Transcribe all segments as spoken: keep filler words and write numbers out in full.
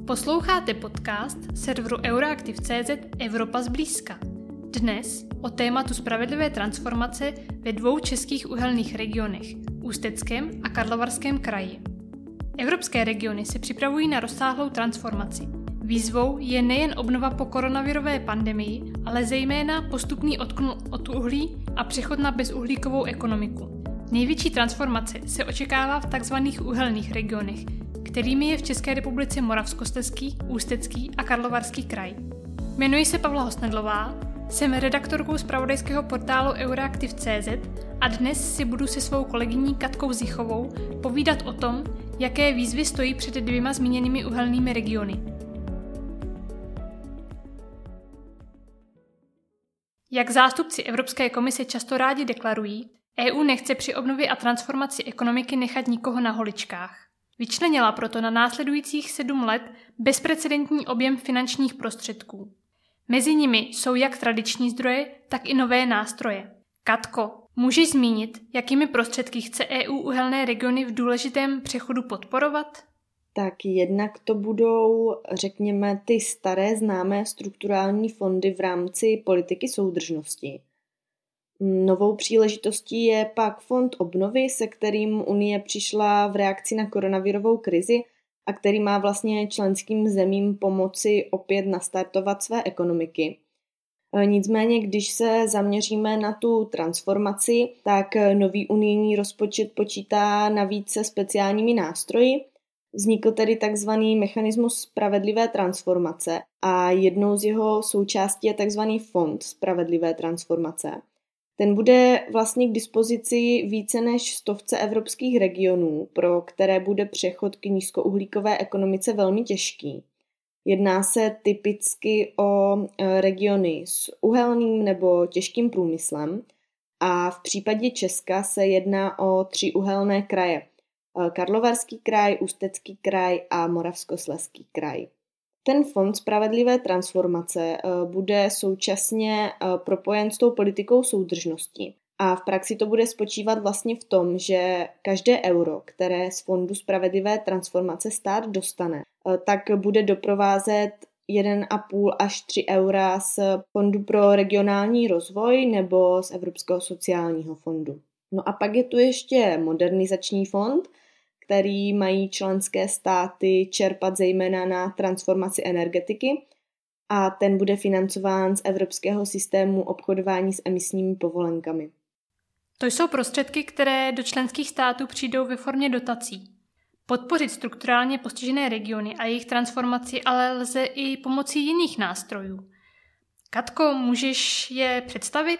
Posloucháte podcast serveru Euroaktiv tečka cé zet Evropa zblízka. Dnes o tématu spravedlivé transformace ve dvou českých uhelných regionech, Ústeckém a Karlovarském kraji. Evropské regiony se připravují na rozsáhlou transformaci. Výzvou je nejen obnova po koronavirové pandemii, ale zejména postupný odklon od uhlí a přechod na bezuhlíkovou ekonomiku. Největší transformace se očekává v tzv. Uhelných regionech, kterými je v České republice Moravskoslezský, Ústecký a Karlovarský kraj. Jmenuji se Pavla Hosnedlová, jsem redaktorkou zpravodajského portálu Euroaktiv tečka cé zet a dnes si budu se svou kolegyní Katkou Zichovou povídat o tom, jaké výzvy stojí před dvěma zmíněnými uhelnými regiony. Jak zástupci Evropské komise často rádi deklarují, é ú nechce při obnově a transformaci ekonomiky nechat nikoho na holičkách. Vyčlenila proto na následujících sedm let bezprecedentní objem finančních prostředků. Mezi nimi jsou jak tradiční zdroje, tak i nové nástroje. Katko, můžeš zmínit, jakými prostředky chce é ú uhelné regiony v důležitém přechodu podporovat? Tak jednak to budou, řekněme, ty staré známé strukturální fondy v rámci politiky soudržnosti. Novou příležitostí je pak fond obnovy, se kterým Unie přišla v reakci na koronavirovou krizi a který má vlastně členským zemím pomoci opět nastartovat své ekonomiky. Nicméně, když se zaměříme na tu transformaci, tak nový unijní rozpočet počítá navíc se speciálními nástroji. Vznikl tedy takzvaný mechanismus spravedlivé transformace a jednou z jeho součástí je takzvaný fond spravedlivé transformace. Ten bude vlastně k dispozici více než stovce evropských regionů, pro které bude přechod k nízkouhlíkové ekonomice velmi těžký. Jedná se typicky o regiony s uhelným nebo těžkým průmyslem a v případě Česka se jedná o tři uhelné kraje. Karlovarský kraj, Ústecký kraj a Moravskoslezský kraj. Ten fond spravedlivé transformace bude současně propojen s tou politikou soudržnosti. A v praxi to bude spočívat vlastně v tom, že každé euro, které z fondu spravedlivé transformace stát dostane, tak bude doprovázet jedna a půl až tři eura z Fondu pro regionální rozvoj nebo z Evropského sociálního fondu. No a pak je tu ještě modernizační fond, který mají členské státy čerpat zejména na transformaci energetiky a ten bude financován z Evropského systému obchodování s emisními povolenkami. To jsou prostředky, které do členských států přijdou ve formě dotací. Podpořit strukturálně postižené regiony a jejich transformaci ale lze i pomocí jiných nástrojů. Katko, můžeš je představit?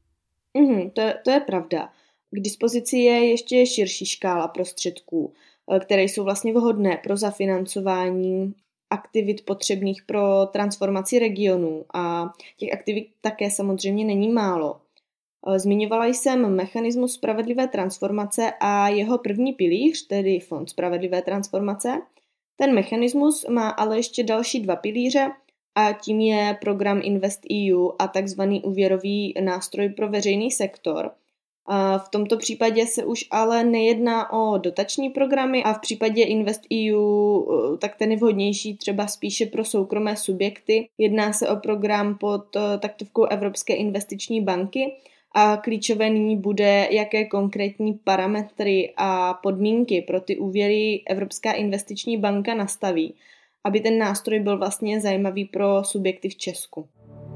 Mm, to, je, to je pravda. K dispozici je ještě širší škála prostředků, které jsou vlastně vhodné pro zafinancování aktivit potřebných pro transformaci regionů a těch aktivit také samozřejmě není málo. Zmiňovala jsem mechanismus spravedlivé transformace a jeho první pilíř, tedy Fond spravedlivé transformace. Ten mechanismus má ale ještě další dva pilíře a tím je program InvestEU a takzvaný úvěrový nástroj pro veřejný sektor. V tomto případě se už ale nejedná o dotační programy a v případě InvestEU tak ten je vhodnější třeba spíše pro soukromé subjekty. Jedná se o program pod taktovkou Evropské investiční banky a klíčové nyní bude, jaké konkrétní parametry a podmínky pro ty úvěry Evropská investiční banka nastaví, aby ten nástroj byl vlastně zajímavý pro subjekty v Česku.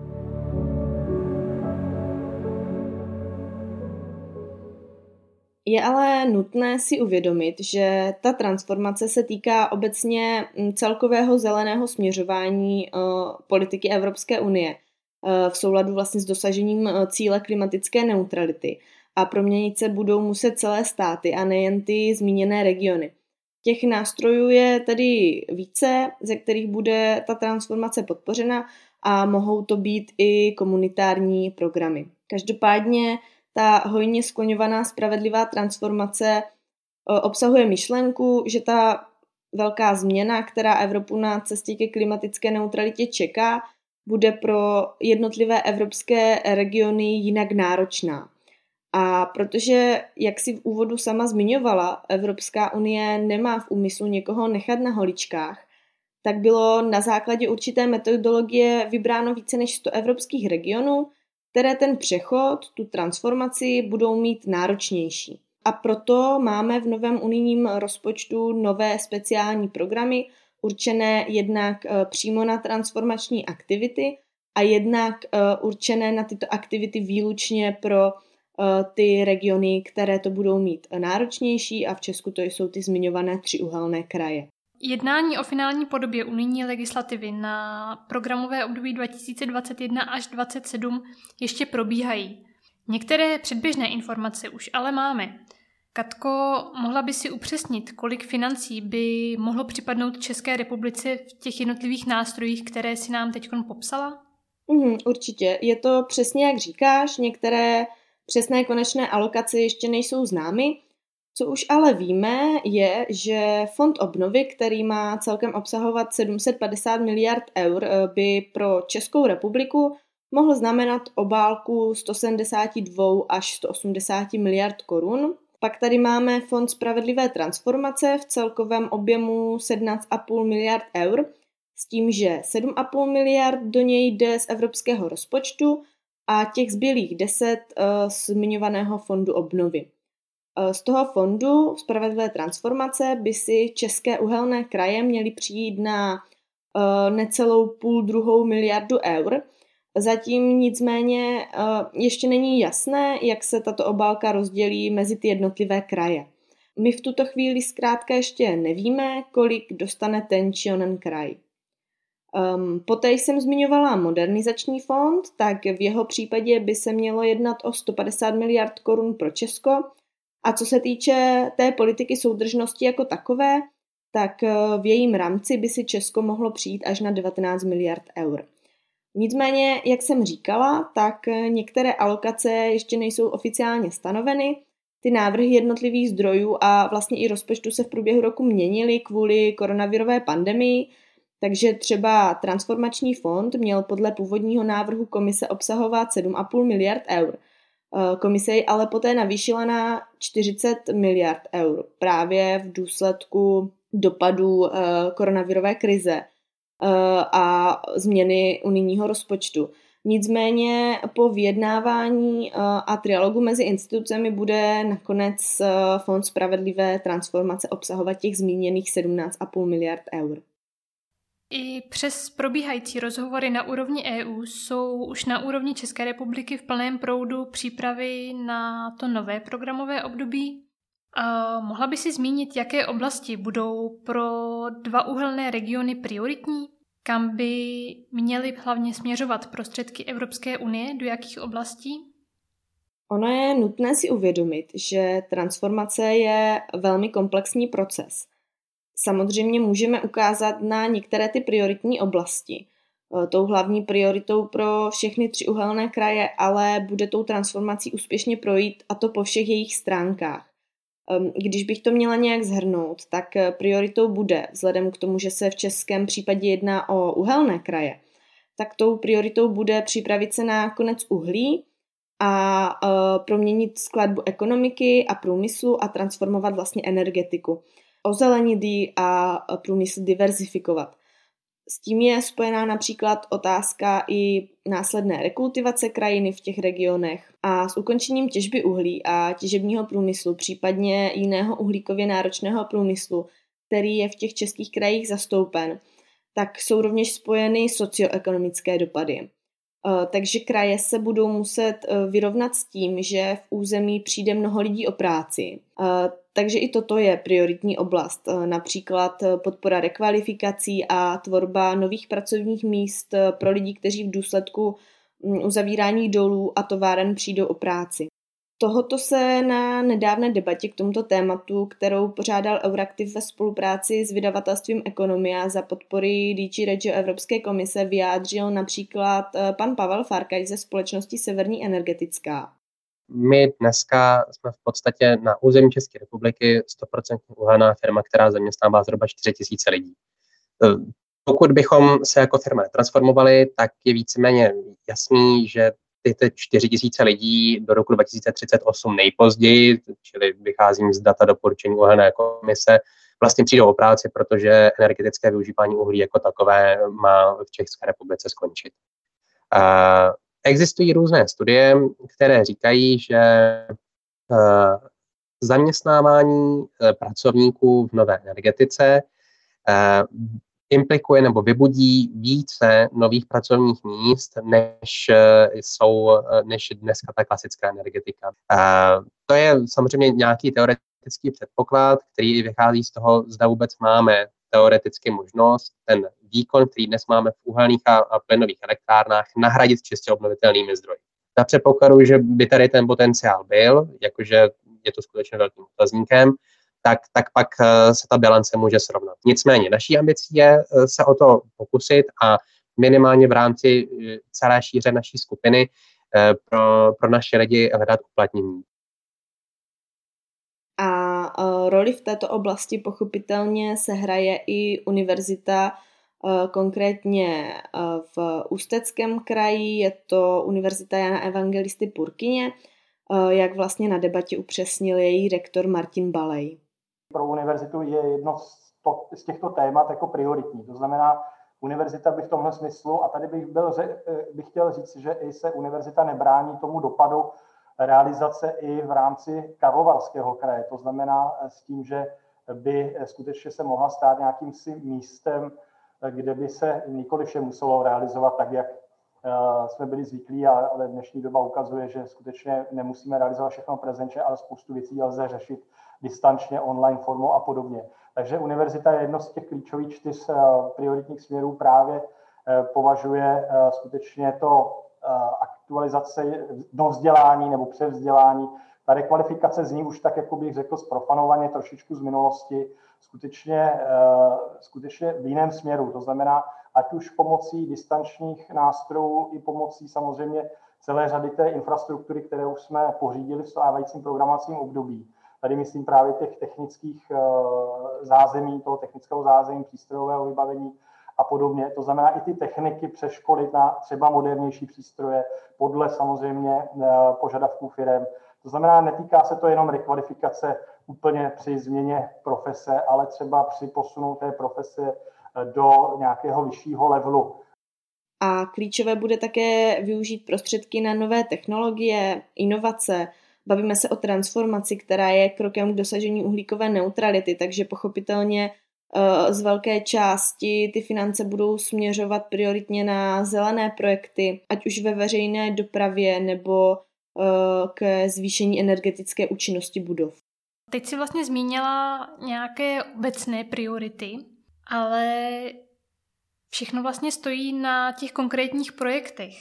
Je ale nutné si uvědomit, že ta transformace se týká obecně celkového zeleného směřování politiky Evropské unie v souladu vlastně s dosažením cíle klimatické neutrality a proměnit se budou muset celé státy a nejen ty zmíněné regiony. Těch nástrojů je tedy více, ze kterých bude ta transformace podpořena a mohou to být i komunitární programy. Každopádně ta hojně skloňovaná spravedlivá transformace obsahuje myšlenku, že ta velká změna, která Evropu na cestě ke klimatické neutralitě čeká, bude pro jednotlivé evropské regiony jinak náročná. A protože, jak si v úvodu sama zmiňovala, Evropská unie nemá v úmyslu někoho nechat na holičkách, tak bylo na základě určité metodologie vybráno více než sto evropských regionů, které ten přechod, tu transformaci budou mít náročnější. A proto máme v novém unijním rozpočtu nové speciální programy určené jednak přímo na transformační aktivity a jednak určené na tyto aktivity výlučně pro ty regiony, které to budou mít náročnější, a v Česku to jsou ty zmiňované tři uhelné kraje. Jednání o finální podobě unijní legislativy na programové období dva tisíce dvacet jedna až dvacet sedm ještě probíhají. Některé předběžné informace už ale máme. Katko, mohla by si upřesnit, kolik financí by mohlo připadnout České republice v těch jednotlivých nástrojích, které si nám teď popsala? Mm, určitě. Je to přesně jak říkáš, některé přesné konečné alokace ještě nejsou známy. Co už ale víme, je, že Fond obnovy, který má celkem obsahovat sedm set padesát miliard eur, by pro Českou republiku mohl znamenat obálku sto sedmdesát dva až sto osmdesát miliard korun. Pak tady máme Fond spravedlivé transformace v celkovém objemu sedmnáct celá pět miliard eur, s tím, že sedm celá pět miliard do něj jde z evropského rozpočtu a těch zbylých deset z zmiňovaného Fondu obnovy. Z toho fondu spravedlivé transformace by si české uhelné kraje měly přijít na necelou půl druhou miliardu eur. Zatím nicméně ještě není jasné, jak se tato obálka rozdělí mezi ty jednotlivé kraje. My v tuto chvíli zkrátka ještě nevíme, kolik dostane ten či onen kraj. Um, poté jsem zmiňovala modernizační fond, tak v jeho případě by se mělo jednat o sto padesát miliard korun pro Česko. A co se týče té politiky soudržnosti jako takové, tak v jejím rámci by si Česko mohlo přijít až na devatenáct miliard eur. Nicméně, jak jsem říkala, tak některé alokace ještě nejsou oficiálně stanoveny. Ty návrhy jednotlivých zdrojů a vlastně i rozpočtu se v průběhu roku měnily kvůli koronavirové pandemii, takže třeba transformační fond měl podle původního návrhu komise obsahovat sedm celá pět miliard eur. Komise ji ale poté navýšila na čtyřicet miliard eur právě v důsledku dopadů koronavirové krize a změny unijního rozpočtu. Nicméně po vyjednávání a trialogu mezi institucemi bude nakonec Fond spravedlivé transformace obsahovat těch zmíněných sedmnáct celá pět miliard eur. I přes probíhající rozhovory na úrovni E U jsou už na úrovni České republiky v plném proudu přípravy na to nové programové období. A mohla by si zmínit, jaké oblasti budou pro dva uhelné regiony prioritní? Kam by měly hlavně směřovat prostředky Evropské unie, do jakých oblastí? Ono je nutné si uvědomit, že transformace je velmi komplexní proces. Samozřejmě můžeme ukázat na některé ty prioritní oblasti. Tou hlavní prioritou pro všechny tři uhelné kraje ale bude tou transformací úspěšně projít, a to po všech jejich stránkách. Když bych to měla nějak shrnout, tak prioritou bude, vzhledem k tomu, že se v českém případě jedná o uhelné kraje, tak tou prioritou bude připravit se na konec uhlí a proměnit skladbu ekonomiky a průmyslu a transformovat vlastně energetiku. Ozelenit ji a průmysl diverzifikovat. S tím je spojená například otázka i následné rekultivace krajiny v těch regionech a s ukončením těžby uhlí a těžebního průmyslu, případně jiného uhlíkově náročného průmyslu, který je v těch českých krajích zastoupen, tak jsou rovněž spojeny socioekonomické dopady. Takže kraje se budou muset vyrovnat s tím, že v území přijde mnoho lidí o práci. Takže i toto je prioritní oblast, například podpora rekvalifikací a tvorba nových pracovních míst pro lidi, kteří v důsledku uzavírání dolů a továren přijdou o práci. Tohoto se na nedávné debatě k tomuto tématu, kterou pořádal Euraktiv ve spolupráci s vydavatelstvím Ekonomia za podpory D G Regio Evropské komise, vyjádřil například pan Pavel Farkaš ze společnosti Severní energetická. My dneska jsme v podstatě na území České republiky sto procent uhelná firma, která zaměstnává zhruba čtyři tisíce lidí. Pokud bychom se jako firma netransformovali, tak je víceméně jasný, že ty, ty čtyři tisíce lidí do roku dva tisíce třicet osm nejpozději, čili vycházím z data doporučení uhelné komise, vlastně přijdou o práci, protože energetické využívání uhlí jako takové má v České republice skončit. Existují různé studie, které říkají, že zaměstnávání pracovníků v nové energetice implikuje nebo vybudí více nových pracovních míst, než jsou, než dneska ta klasická energetika. To je samozřejmě nějaký teoretický předpoklad, který vychází z toho, zda vůbec máme teoreticky možnost ten výkon, který dnes máme v uhelných a, a plynových elektrárnách, nahradit čistě obnovitelnými zdroji. Za předpokladu, že by tady ten potenciál byl, jakože je to skutečně velkým otazníkem, tak, tak pak se ta bilance může srovnat. Nicméně naší ambicí je se o to pokusit a minimálně v rámci celé šíře naší skupiny pro, pro naše lidi hledat uplatnění. A roli v této oblasti pochopitelně sehraje i univerzita, konkrétně v Ústeckém kraji, je to Univerzita Jana Evangelisty Purkyně, jak vlastně na debatě upřesnil její rektor Martin Balej. Pro univerzitu je jedno z těchto témat jako prioritní. To znamená, univerzita by v tomhle smyslu, a tady bych, byl, bych chtěl říct, že i se univerzita nebrání tomu dopadu realizace i v rámci Karlovarského kraje. To znamená s tím, že by skutečně se mohla stát nějakým si místem, kde by se nikoli vše muselo realizovat tak, jak jsme byli zvyklí, ale dnešní doba ukazuje, že skutečně nemusíme realizovat všechno prezenčně, ale spoustu věcí lze řešit distančně, online formou a podobně. Takže univerzita je jedno z těch klíčových čtyř prioritních směrů, právě považuje skutečně to aktualizace do vzdělání nebo převzdělání. Ta rekvalifikace zní už tak, jako bych řekl, zprofanovaně trošičku z minulosti, skutečně, skutečně v jiném směru. To znamená, ať už pomocí distančních nástrojů i pomocí samozřejmě celé řady té infrastruktury, které už jsme pořídili v stávajícím programovacím období. Tady myslím právě těch technických zázemí, toho technického zázemí, přístrojového vybavení a podobně. To znamená i ty techniky přeškolit na třeba modernější přístroje podle samozřejmě požadavků firem. To znamená, netýká se to jenom rekvalifikace úplně při změně profese, ale třeba při posunu té profese do nějakého vyššího levelu. A klíčové bude také využít prostředky na nové technologie, inovace. Bavíme se o transformaci, která je krokem k dosažení uhlíkové neutrality, takže pochopitelně z velké části ty finance budou směřovat prioritně na zelené projekty, ať už ve veřejné dopravě nebo k zvýšení energetické účinnosti budov. Teď si vlastně zmínila nějaké obecné priority, ale všechno vlastně stojí na těch konkrétních projektech.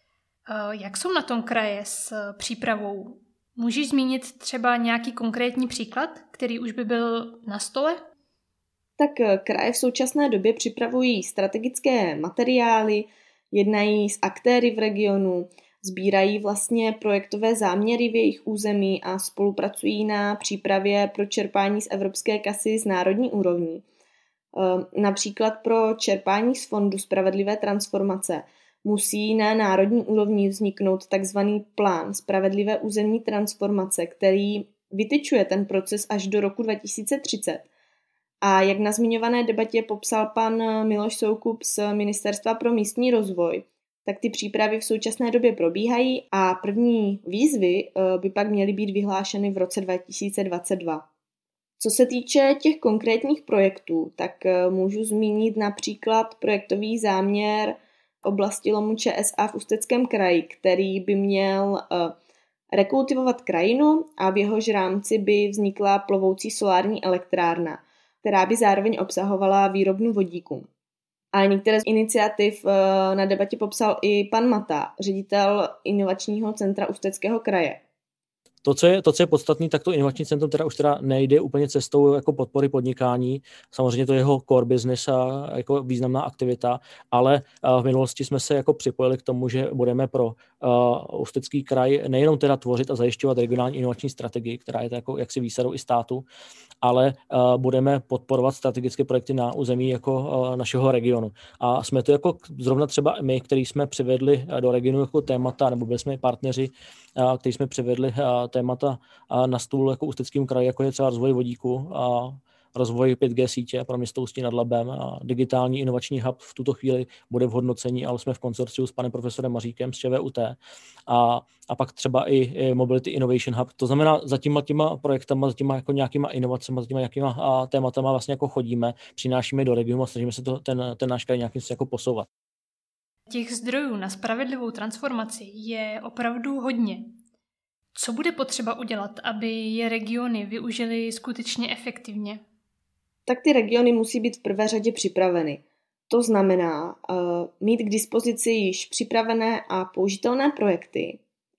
Jak jsou na tom kraje s přípravou? Můžeš zmínit třeba nějaký konkrétní příklad, který už by byl na stole? Tak kraje v současné době připravují strategické materiály, jednají s aktéry v regionu, sbírají vlastně projektové záměry v jejich území a spolupracují na přípravě pro čerpání z evropské kasy z národní úrovní. Například pro čerpání z Fondu spravedlivé transformace musí na národní úrovni vzniknout takzvaný plán spravedlivé územní transformace, který vytyčuje ten proces až do roku dva tisíce třicet. A jak na zmiňované debatě popsal pan Miloš Soukup z Ministerstva pro místní rozvoj, tak ty přípravy v současné době probíhají a první výzvy by pak měly být vyhlášeny v roce dva tisíce dvacet dva. Co se týče těch konkrétních projektů, tak můžu zmínit například projektový záměr v oblasti lomu ČSA v Ústeckém kraji, který by měl rekultivovat krajinu a v jehož rámci by vznikla plovoucí solární elektrárna, která by zároveň obsahovala výrobnu vodíku. A některé z iniciativ na debatě popsal i pan Mata, ředitel inovačního centra Ústeckého kraje. To, co je, to, co je podstatné, tak to inovační centrum teda už teda nejde úplně cestou jako podpory podnikání. Samozřejmě to je jeho core business a jako významná aktivita, ale v minulosti jsme se jako připojili k tomu, že budeme pro uh, Ústecký kraj nejenom teda tvořit a zajišťovat regionální inovační strategii, která je to jako jaksi výsadou i státu, ale uh, budeme podporovat strategické projekty na území jako uh, našeho regionu. A jsme to jako zrovna třeba my, který jsme přivedli do regionu jako témata, nebo byli jsme partneři, uh, který jsme přivedli uh, témata na stůl jako Ústeckým kraji, jako je třeba rozvoj vodíku a rozvoj pět G sítě pro město Ústí nad Labem a digitální inovační hub v tuto chvíli bude v hodnocení, ale jsme v konsorciu s panem profesorem Maříkem z ČVUT a, a pak třeba i, i Mobility Innovation Hub. To znamená, za těma, těma projektama, za těma jako nějakýma inovacemi, za těma nějakýma a, tématama vlastně jako chodíme, přinášíme do regionu a snažíme se to, ten, ten náš kraj nějakým jako posouvat. Těch zdrojů na spravedlivou transformaci je opravdu hodně. Co bude potřeba udělat, aby je regiony využily skutečně efektivně? Tak ty regiony musí být v prvé řadě připraveny. To znamená uh, mít k dispozici již připravené a použitelné projekty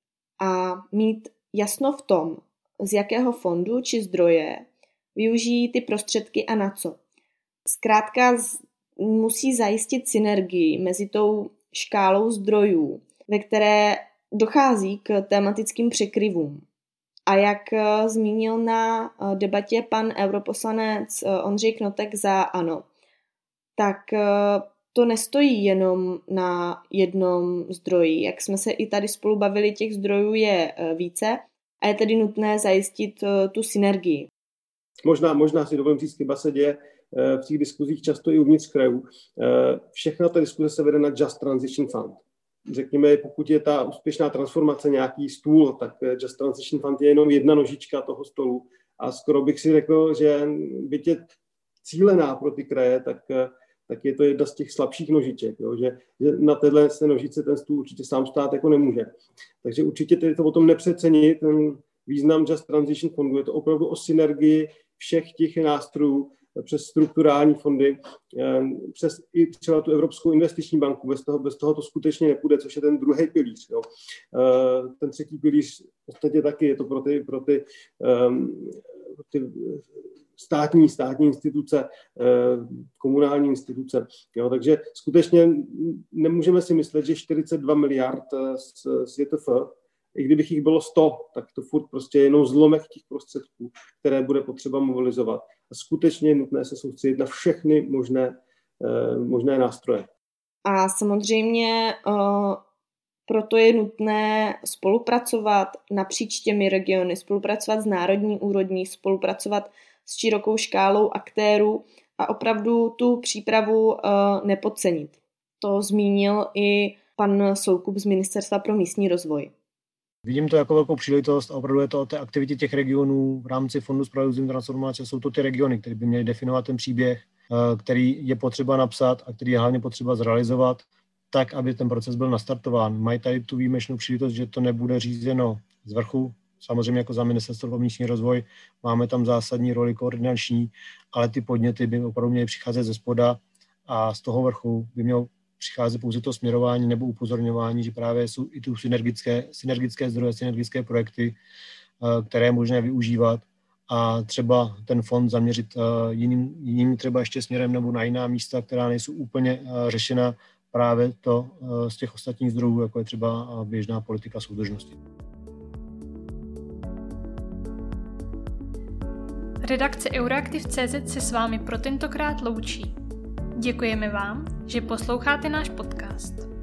a mít jasno v tom, z jakého fondu či zdroje využijí ty prostředky a na co. Zkrátka z, musí zajistit synergii mezi tou škálou zdrojů, ve které dochází k tematickým překryvům. A jak zmínil na debatě pan europoslanec Ondřej Knotek za ANO, tak to nestojí jenom na jednom zdroji. Jak jsme se i tady spolu bavili, těch zdrojů je více a je tedy nutné zajistit tu synergii. Možná, možná si dovolím říct, chyba se děje v těch diskuzích často i uvnitř krajů. Všechna ta diskuze se vede na Just Transition Fund. Řekněme, pokud je ta úspěšná transformace nějaký stůl, tak Just Transition Fund je jenom jedna nožička toho stolu. A skoro bych si řekl, že byť je cílená pro ty kraje, tak, tak je to jedna z těch slabších nožiček. Jo? Že, že na téhle nožice ten stůl určitě sám stát jako nemůže. Takže určitě tedy to o tom nepřecenit, ten význam Just Transition Fundu. Je to opravdu o synergii všech těch nástrojů, přes strukturální fondy, přes i třeba tu Evropskou investiční banku. Bez toho, bez toho to skutečně nepůjde, což je ten druhý pilíř. Jo. Ten třetí pilíř v podstatě taky je to pro ty, pro ty, pro ty státní, státní instituce, komunální instituce. Jo. Takže skutečně nemůžeme si myslet, že čtyřicet dva miliard z, z J T F, i kdybych jich bylo sto, tak to furt prostě je jenom zlomek těch prostředků, které bude potřeba mobilizovat. A skutečně je nutné se soustředit na všechny možné, eh, možné nástroje. A samozřejmě eh, proto je nutné spolupracovat napříč těmi regiony, spolupracovat s národní úrovní, spolupracovat s širokou škálou aktérů a opravdu tu přípravu eh, nepodcenit. To zmínil i pan Soukup z Ministerstva pro místní rozvoj. Vidím to jako velkou příležitost a opravdu je to o té aktivitě těch regionů v rámci Fondu spravedlivé transformace. Jsou to ty regiony, které by měly definovat ten příběh, který je potřeba napsat a který je hlavně potřeba zrealizovat, tak, aby ten proces byl nastartován. Mají tady tu výjimečnou příležitost, že to nebude řízeno z vrchu. Samozřejmě jako za Ministerstvo pro místní rozvoj máme tam zásadní roli koordinační, ale ty podněty by opravdu měly přicházet ze spoda a z toho vrchu by mělo přichází pouze to směrování nebo upozorňování, že právě jsou i tu synergické, synergické zdroje, synergické projekty, které je možné využívat a třeba ten fond zaměřit jiným, jiným třeba ještě směrem nebo na jiná místa, která nejsou úplně řešena právě to z těch ostatních zdrojů, jako je třeba běžná politika soudržnosti. Redakce Euraktiv tečka cé zet se s vámi pro tentokrát loučí. Děkujeme vám, že posloucháte náš podcast.